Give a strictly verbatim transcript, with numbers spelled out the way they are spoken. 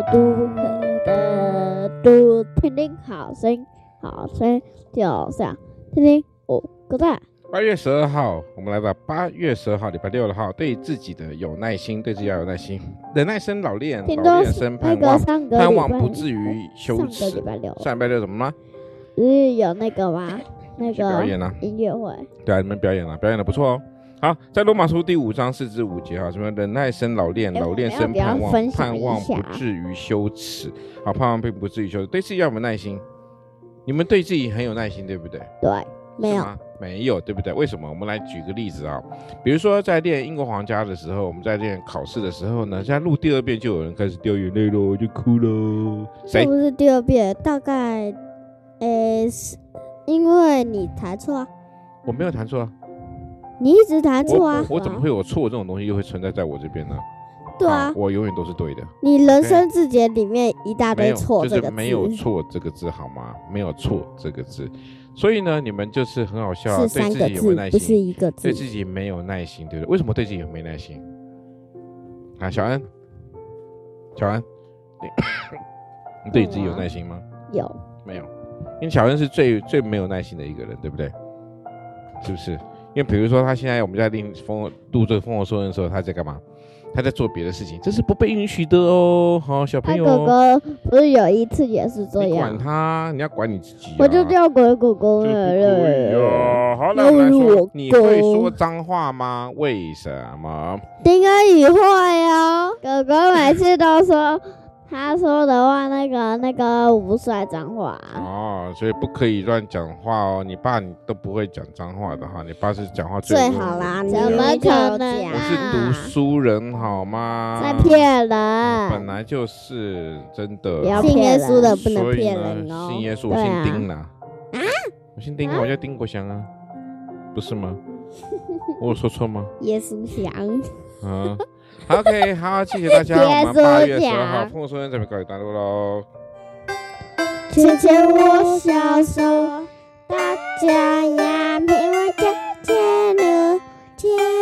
嘟的嘟，听听好声，好声就像听听五个赞。 八月十二号，我们来到八月十二号，礼拜六的号，对自己的有耐心，对自己要有耐心，忍耐生老练，老练生盼望，盼望不至于羞耻。 上个礼拜六， 上礼拜六怎么了？ 不是有那个吗？那个表演啊， 音乐会。 对啊，你们表演啊，表演的不错哦。好，在罗马书第五章四至五节哈，什么忍耐生老练，老练生盼望，盼望不至于羞耻。好，盼望并不至于羞耻，对自己要有耐心。你们对自己很有耐心，对不对？ 对，没有， 没有，对不对？为什么？我们来举个例子啊，比如说在练英国皇家的时候，我们在练考试的时候呢，现在录第二遍就有人开始掉眼泪咯，就哭咯。谁？ 不是第二遍，大概，呃，因为你弹错啊。 我没有弹错啊。 你一直弹错啊！ 我, 我, 我怎么会有错这种东西又会存在在我这边呢？ 对啊， 我永远都是对的。 你人生字典里面一大堆错， 就是没有错这个字好吗？没有错这个字，所以呢，你们就是很好笑， 是三个字， 对自己有没有耐心？ 不是一个字， 对自己没有耐心，对不对？为什么对自己没耐心？啊，小安，小安，你, 你对自己有耐心吗？ 有， 没有？因为小安是最最没有耐心的一个人，对不对？是不是？因为比如说他现在我们在录风录这个风火说的时候，他在干嘛？他在做别的事情，这是不被允许的哦。好，小朋友， 哥哥不是有一次也是这样？ 你管他，你要管你自己、啊。 我就叫鬼狗狗了。好了，我们来说，你会说脏话吗？为什么？ 丁哥也会哦。哥哥每次都说。他说的话，那个那个不算脏话哦，所以不可以乱讲话哦。你爸你都不会讲脏话的哈，你爸是讲话最最好啦，怎么可能啊？ 我是读书人好吗？ 在骗人， 本来就是真的。 不要信耶稣的不能骗人哦。 信耶稣，我姓丁啦。啊？我姓丁啊，我叫丁国祥啊，不是吗？我有说错吗？ 耶稣祥。 嗯。OK， 好，谢谢大家。我们八月十二号，风火说人这边告一段落喽。 牵牵我小手，大家呀，陪我脚前路。